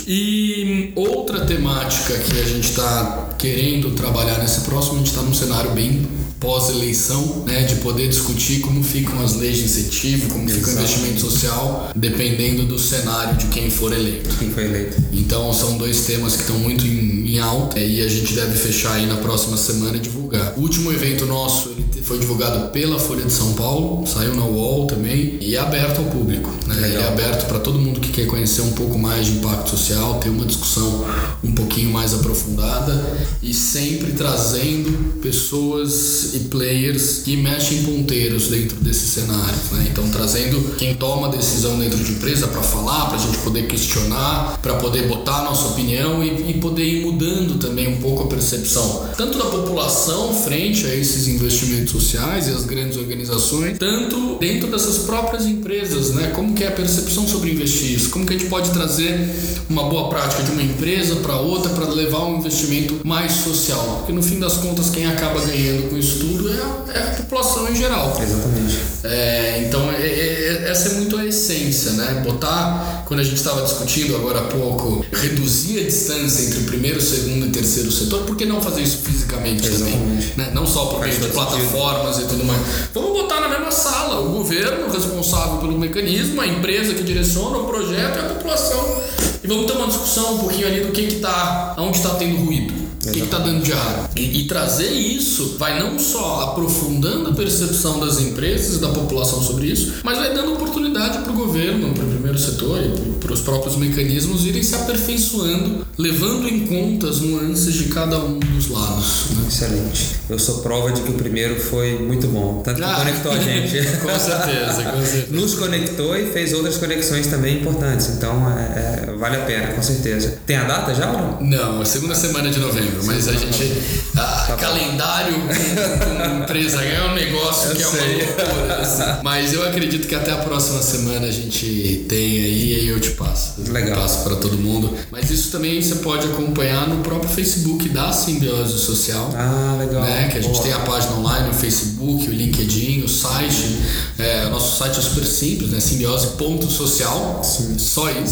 E outra temática que a gente está querendo trabalhar nesse próximo, a gente está num cenário bem pós-eleição, né, de poder discutir como ficam as leis de incentivo, como Exato. fica o investimento social, dependendo do cenário de quem for eleito. Quem foi eleito. Então são dois temas que estão muito em, em alta, e a gente deve fechar aí na próxima semana e divulgar. O último evento nosso ele foi divulgado pela Folha de São Paulo, saiu na U O L também, e é aberto ao público, né? Ele é aberto para todo mundo que quer conhecer um pouco mais de impacto social, ter uma discussão um pouquinho mais aprofundada, e sempre trazendo pessoas e players que mexem ponteiros dentro desse cenário, né? Então trazendo quem toma decisão dentro de empresa para falar, para a gente poder questionar, para poder botar a nossa opinião e, e poder ir mudando também um pouco a percepção, tanto da população frente a esses investimentos sociais e as grandes organizações, tanto dentro dessas próprias empresas, né? Como que é a percepção sobre investir isso, como que a gente pode trazer uma boa prática de uma empresa para outra para levar um investimento mais social, porque no fim das contas quem acaba ganhando com isso tudo é a, é a população em geral. Exatamente. É, então é, é, essa é muito a essência, né? Botar, quando a gente estava discutindo agora há pouco, reduzir a distância entre o primeiro, segundo e terceiro setor, por que não fazer isso fisicamente Exatamente. também? Né? Não só por meio de plataformas sentido. E tudo mais. Vamos botar na mesma sala o governo responsável pelo mecanismo, a empresa que direciona o projeto e a população. E vamos ter uma discussão um pouquinho ali do que que tá, onde está tendo ruído. O que está dando de errado? E, e trazer isso vai não só aprofundando a percepção das empresas e da população sobre isso, mas vai dando oportunidade para o governo, para o primeiro setor e para os próprios mecanismos irem se aperfeiçoando, levando em conta as nuances de cada um dos lados. Né? Excelente. Eu sou prova de que o primeiro foi muito bom. Tanto que ah, conectou a gente. Com certeza, com certeza. Nos conectou e fez outras conexões também importantes. Então, é, é, vale a pena, com certeza. Tem a data já ou não? Não, é segunda semana de novembro. Mas Sim, a gente... A, tá calendário com, com empresa é um negócio eu que sei. É uma loucura. Assim. Mas eu acredito que até a próxima semana a gente tem aí e aí eu te passo. Legal. Passo para todo mundo. Mas isso também você pode acompanhar no próprio Facebook da Simbiose Social. Ah, legal. Né? Que a gente Boa. tem a página online, o Facebook, o LinkedIn, o site. É, o nosso site é super simples, né? simbiose ponto social. Sim. Só isso.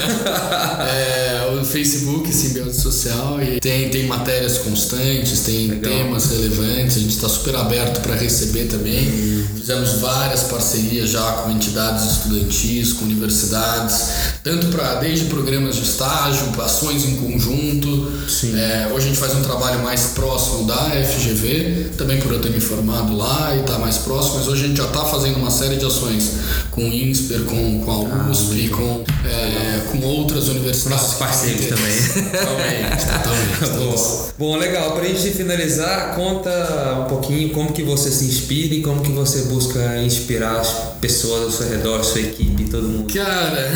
é, o Facebook, Simbiose Social. E tem, tem matérias constantes, tem legal. Temas relevantes. A gente está super aberto para receber também. Hum. Fizemos várias parcerias já com entidades estudantis, com universidades, tanto para desde programas de estágio, ações em conjunto. É, hoje a gente faz um trabalho mais próximo da F G V, também por eu ter me formado lá e estar tá mais próximo, mas hoje a gente já está fazendo uma série de ações com o INSPER, com, com a U S P, ah, com, é, com outras universidades. Nossos parceiros também. Totalmente, totalmente. Bom, bom, legal. Para a gente finalizar, conta um pouquinho como que você se inspira e como que você busca inspirar as pessoas ao seu redor, sua equipe, todo mundo. Cara,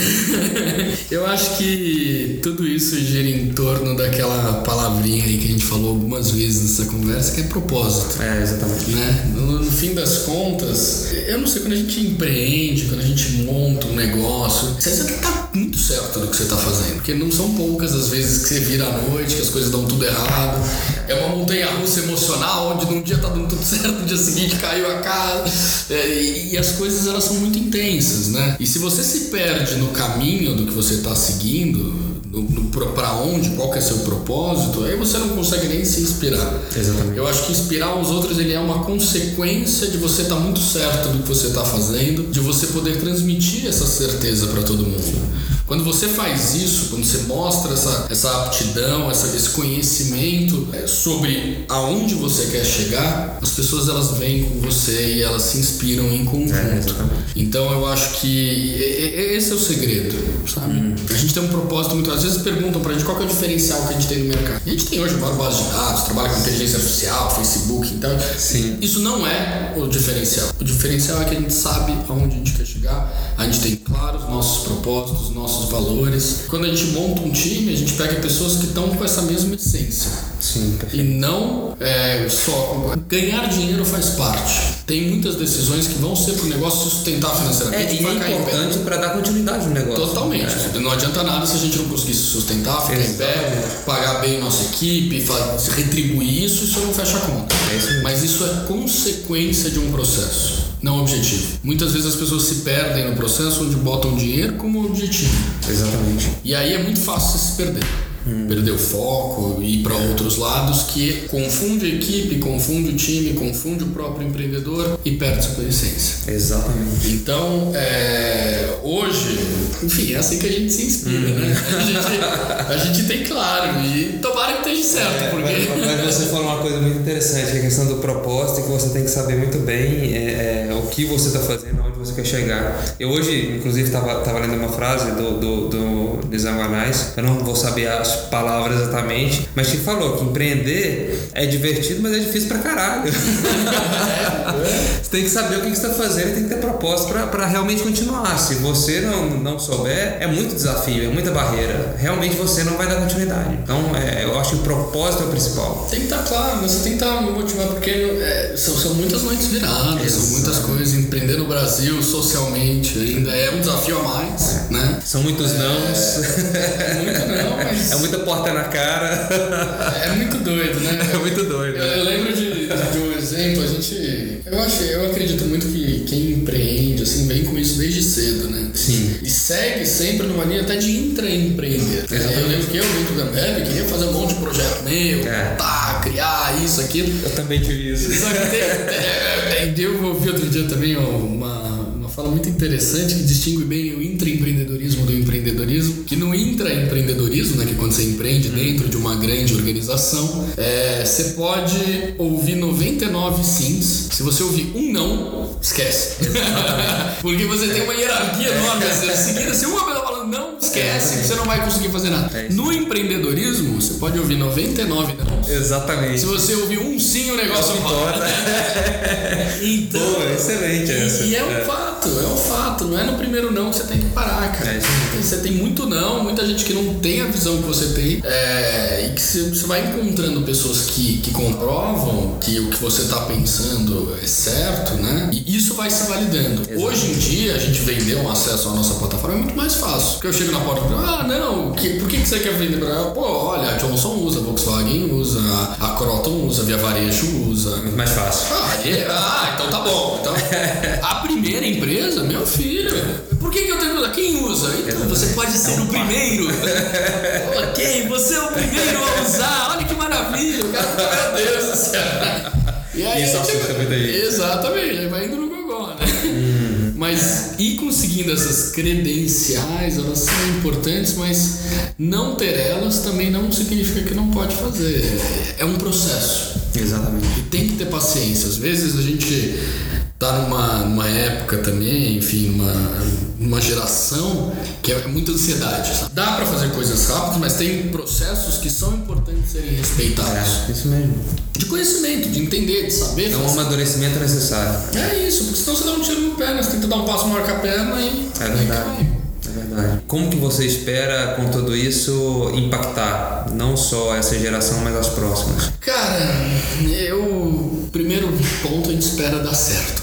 eu acho que tudo isso gira em torno daquela palavrinha aí que a gente falou algumas vezes nessa conversa, que é propósito. É, exatamente. Né? No, no fim das contas, eu não sei, quando a gente empreende, quando a gente monta um negócio, você tem que estar muito certo do que você está fazendo, porque não são poucas as vezes que você vira à noite, que as coisas dão tudo errado. É uma montanha-russa emocional, onde num dia tá dando tudo certo, no dia seguinte caiu a casa. É, e, e as coisas, elas são muito intensas, né? E se você se perde no caminho do que você está seguindo, para onde, qual que é seu propósito, aí você não consegue nem se inspirar. Exatamente. Eu acho que inspirar os outros, ele é uma consequência de você estar tá muito certo do que você está fazendo, de você poder transmitir essa certeza para todo mundo. Quando você faz isso, quando você mostra essa, essa aptidão, essa, esse conhecimento sobre aonde você quer chegar, as pessoas, elas vêm com você e elas se inspiram em conjunto. É, então eu acho que esse é o segredo, sabe? Hum. A gente tem um propósito muito... Às vezes perguntam pra gente qual que é o diferencial que a gente tem no mercado. E a gente tem hoje uma base de dados, trabalha com inteligência artificial, Facebook, então... Sim. Isso não é o diferencial. O diferencial é que a gente sabe aonde a gente quer chegar, a gente tem claros nossos propósitos, nossos valores. Quando a gente monta um time, a gente pega pessoas que estão com essa mesma essência. Sim, e não é, só ganhar dinheiro faz parte. Tem muitas decisões que vão ser para o negócio se sustentar financeiramente. É, e é importante para dar continuidade no negócio. Totalmente. É. Não adianta nada se a gente não conseguir se sustentar, ficar Exatamente. Em pé, pagar bem nossa equipe, fazer, retribuir isso, isso não fecha a conta. É isso. Mas isso é consequência de um processo, não objetivo. Muitas vezes as pessoas se perdem no processo onde botam dinheiro como objetivo. Exatamente. E aí é muito fácil se perder. Hum. Perder o foco e ir para outros lados, que confunde a equipe, confunde o time, confunde o próprio empreendedor e perde sua essência. Exatamente. Então, é, hoje, enfim, é assim que a gente se inspira, hum. né? A gente, a gente tem claro, e tomara que esteja certo. É, porque... mas, mas você falou uma coisa muito interessante, que é a questão do propósito, que você tem que saber muito bem é, é, o que você está fazendo, onde você quer chegar. Eu hoje, inclusive, estava lendo uma frase do, do, do Nizam Anais, eu não vou saber as palavras exatamente, mas que falou que empreender é divertido, mas é difícil pra caralho. Você tem que saber o que você está fazendo e tem que ter propósito para realmente continuar. Se você não, não souber, é muito desafio, é muita barreira. Realmente você não vai dar continuidade. Então, é, eu acho que o propósito é o principal. Tem que estar claro, mas você tem que estar motivado, porque é, são, são muitas noites viradas, Exato. São muitas coisas. Empreender no Brasil, socialmente, ainda é um desafio a mais, é. né? São muitos é, nãos. É muito não, mas... É muita porta na cara. É muito doido, né? É muito doido. Eu, eu lembro de, de um exemplo, a gente... Eu acho, eu acredito muito que quem empreende, assim, vem com isso desde cedo, né? Sim. E segue sempre numa linha até de intraempreender. Eu lembro que eu, dentro da Ambev, queria fazer um monte de projeto meu, é. tá, criar isso, aquilo. Eu também tive isso. Só que tem, é, eu ouvi outro dia também uma... fala muito interessante que distingue bem o intraempreendedorismo do empreendedorismo, que no intraempreendedorismo, né, que é quando você empreende dentro de uma grande organização, é, você pode ouvir noventa e nove sims. Se você ouvir um não, esquece. Porque você tem uma hierarquia enorme a ser seguida. Se uma pessoa falando não, esquece, você não vai conseguir fazer nada. É no empreendedorismo, você pode ouvir noventa e nove não. Exatamente. Se você ouvir um sim, o negócio importa. Então, pô, excelente essa. E é um é. fato, é um fato. Não é no primeiro não que você tem que parar, cara. É, você tem muito não, muita gente que não tem a visão que você tem. É, e que você vai encontrando pessoas que, que comprovam que o que você está pensando é certo, né? E isso vai se validando. Exatamente. Hoje em dia, a gente vender um acesso à nossa plataforma é muito mais fácil. Porque eu chego na porta e falo, ah, não, que, por que, que você quer vender pra ela? Pô, olha, a Johnson usa, a Volkswagen usa, a Croton usa, a Via Varejo usa. Muito mais fácil. Ah, é, ah, então tá bom. Então, a primeira empresa, meu filho, por que, que eu tenho que usar? Quem usa? Então, você pode ser é um o primeiro. Ok, você é o primeiro a usar. Olha que maravilha. Cara, meu Deus do céu. E aí, isso assusta muita gente. Exatamente, aí vai indo no gogó, né? Uhum. Mas ir conseguindo essas credenciais, elas são importantes, mas não ter elas também não significa que não pode fazer. É um processo. Exatamente. E tem que ter paciência. Às vezes a gente tá numa, numa época também, enfim, uma, uma geração que é muita ansiedade, sabe? Dá pra fazer coisas rápidas, mas tem processos que são importantes serem respeitados. É, isso mesmo. De conhecimento, de entender, de saber. É um amadurecimento necessário. É isso, porque senão você dá um tiro no pé, né? Você tenta dar um passo maior com a perna e... É verdade. É verdade. Como que você espera com tudo isso impactar não só essa geração, mas as próximas? Cara, eu... Primeiro ponto, a gente espera dar certo.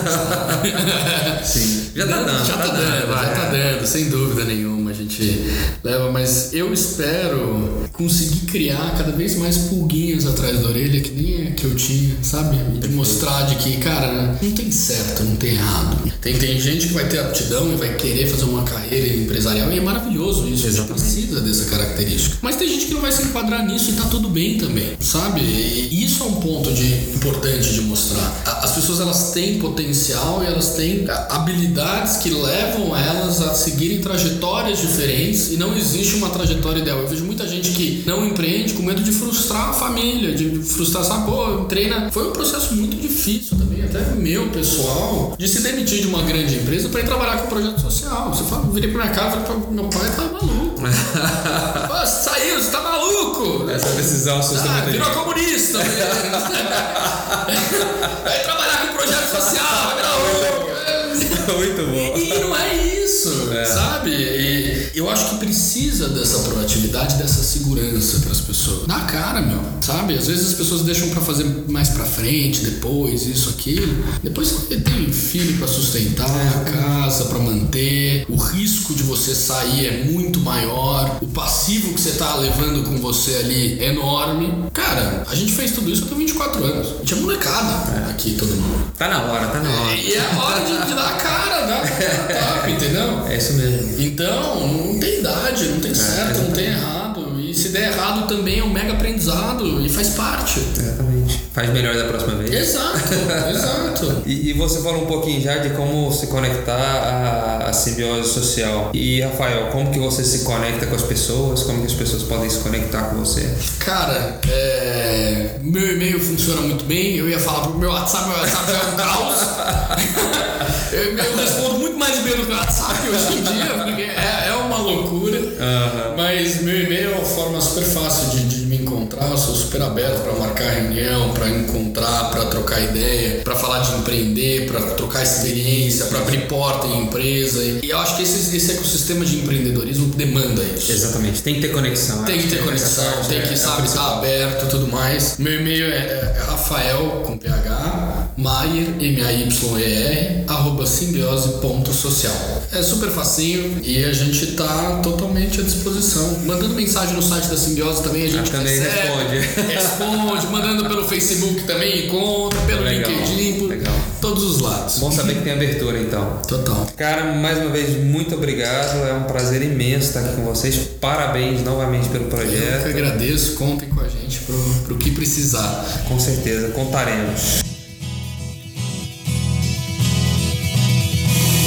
Sim. Já tá dando. Já tá dando, já tá dando, sem dúvida nenhuma. A gente leva, mas eu espero conseguir criar cada vez mais pulguinhas atrás da orelha, que nem é que eu tinha, sabe? De mostrar de que, cara, não tem certo, não tem errado. Tem, tem gente que vai ter aptidão e vai querer fazer uma carreira empresarial, e é maravilhoso isso. Exatamente. A gente precisa dessa característica. Mas tem gente que não vai se enquadrar nisso e tá tudo bem também, sabe? E isso é um ponto de, importante de mostrar. As pessoas, elas têm potencial e elas têm habilidades que levam elas a seguirem trajetórias diferentes, e não existe uma trajetória ideal. Eu vejo muita gente que não empreende com medo de frustrar a família, de frustrar, sabe? Pô, treina. Foi um processo muito difícil também, até meu, pessoal, de se demitir de uma grande empresa para ir trabalhar com projeto social. Você fala, eu virei pra minha casa e falei, meu pai tá maluco. Pô, saiu, você tá maluco. Essa decisão assusta ah, muita virou gente. comunista. Vai trabalhar com projeto social, vai virar louco. Muito bom. E, e não é isso, é. sabe? E eu acho que precisa dessa proatividade, dessa segurança para as pessoas. Na cara, meu, sabe? Às vezes as pessoas deixam para fazer mais para frente, depois, isso, aquilo. Depois você tem filho para sustentar, é. casa para manter, o risco de você sair é muito maior, o passivo que você tá levando com você ali é enorme. Cara, a gente fez tudo isso até vinte e quatro anos. A gente é molecada é. aqui, todo mundo. Tá na hora, tá na hora. É, e é a hora de, de dar a cara, dá pra top, entendeu? É isso mesmo. Então, não tem idade, não tem certo, é, não tem errado. E se der errado também é um mega aprendizado e faz parte. Exatamente. Faz melhor da próxima vez. Exato, exato. E, e você falou um pouquinho já de como se conectar à, à simbiose social. E, Rafael, como que você se conecta com as pessoas? Como que as pessoas podem se conectar com você? Cara, é... meu e-mail funciona muito bem. Eu ia falar pro meu WhatsApp, meu WhatsApp já é um caos. eu, eu respondo muito mais e-mail do que o WhatsApp hoje em dia, porque é, é uma loucura. Uhum. Mas meu e-mail é uma forma super fácil de, de me encontrar. Eu sou super aberto para marcar reunião, para encontrar, para trocar ideia, para falar de empreender, para trocar experiência, para abrir porta em empresa. E eu acho que esse, esse ecossistema de empreendedorismo demanda isso. Exatamente, tem que ter conexão. Tem que ter conexão, tem que, é, sabe, estar aberto e tudo mais. Meu e-mail é, é Rafael, com P H, Maier, M A Y E R, arroba simbiose ponto social. É super facinho e a gente tá totalmente à disposição. Mandando mensagem no site da Simbiose também, a gente também recebe, responde. Responde, mandando pelo Facebook também encontra, pelo legal, LinkedIn, por legal. todos os lados. Bom saber que tem abertura então. Total. Cara, mais uma vez, muito obrigado. É um prazer imenso estar aqui com vocês. Parabéns novamente pelo projeto. Eu que agradeço. Contem com a gente pro, pro que precisar. Com certeza, contaremos.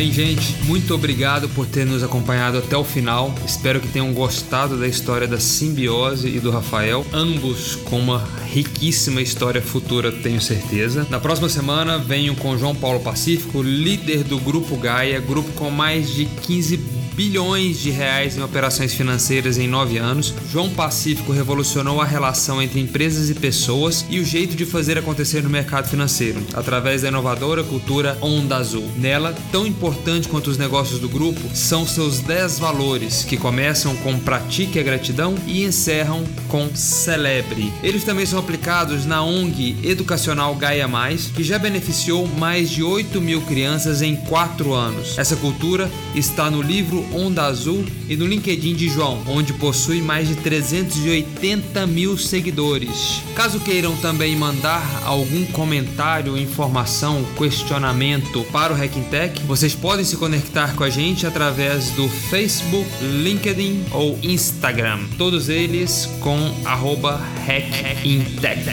Bem, gente, muito obrigado por ter nos acompanhado até o final. Espero que tenham gostado da história da Simbiose e do Rafael, ambos com uma riquíssima história futura, tenho certeza. Na próxima semana venho com João Paulo Pacífico, líder do Grupo Gaia, grupo com mais de quinze bilhões de reais em operações financeiras em nove anos. João Pacífico revolucionou a relação entre empresas e pessoas e o jeito de fazer acontecer no mercado financeiro, através da inovadora cultura Onda Azul. Nela, tão importante quanto os negócios do grupo, são seus dez valores, que começam com pratique a gratidão e encerram com celebre. Eles também são aplicados na O N G Educacional Gaia Mais, que já beneficiou mais de oito mil crianças em quatro anos. Essa cultura está no livro Onda Azul e no LinkedIn de João, onde possui mais de trezentos e oitenta mil seguidores. Caso queiram também mandar algum comentário, informação, questionamento para o Hacking Tech, vocês podem se conectar com a gente através do Facebook, LinkedIn ou Instagram. Todos eles com arroba HackingTech.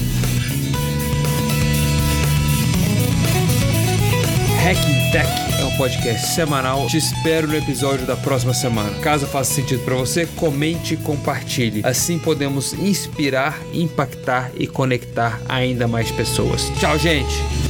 Hacking Tech é um podcast semanal. Te espero no episódio da próxima semana. Caso faça sentido para você, comente e compartilhe. Assim podemos inspirar, impactar e conectar ainda mais pessoas. Tchau, gente!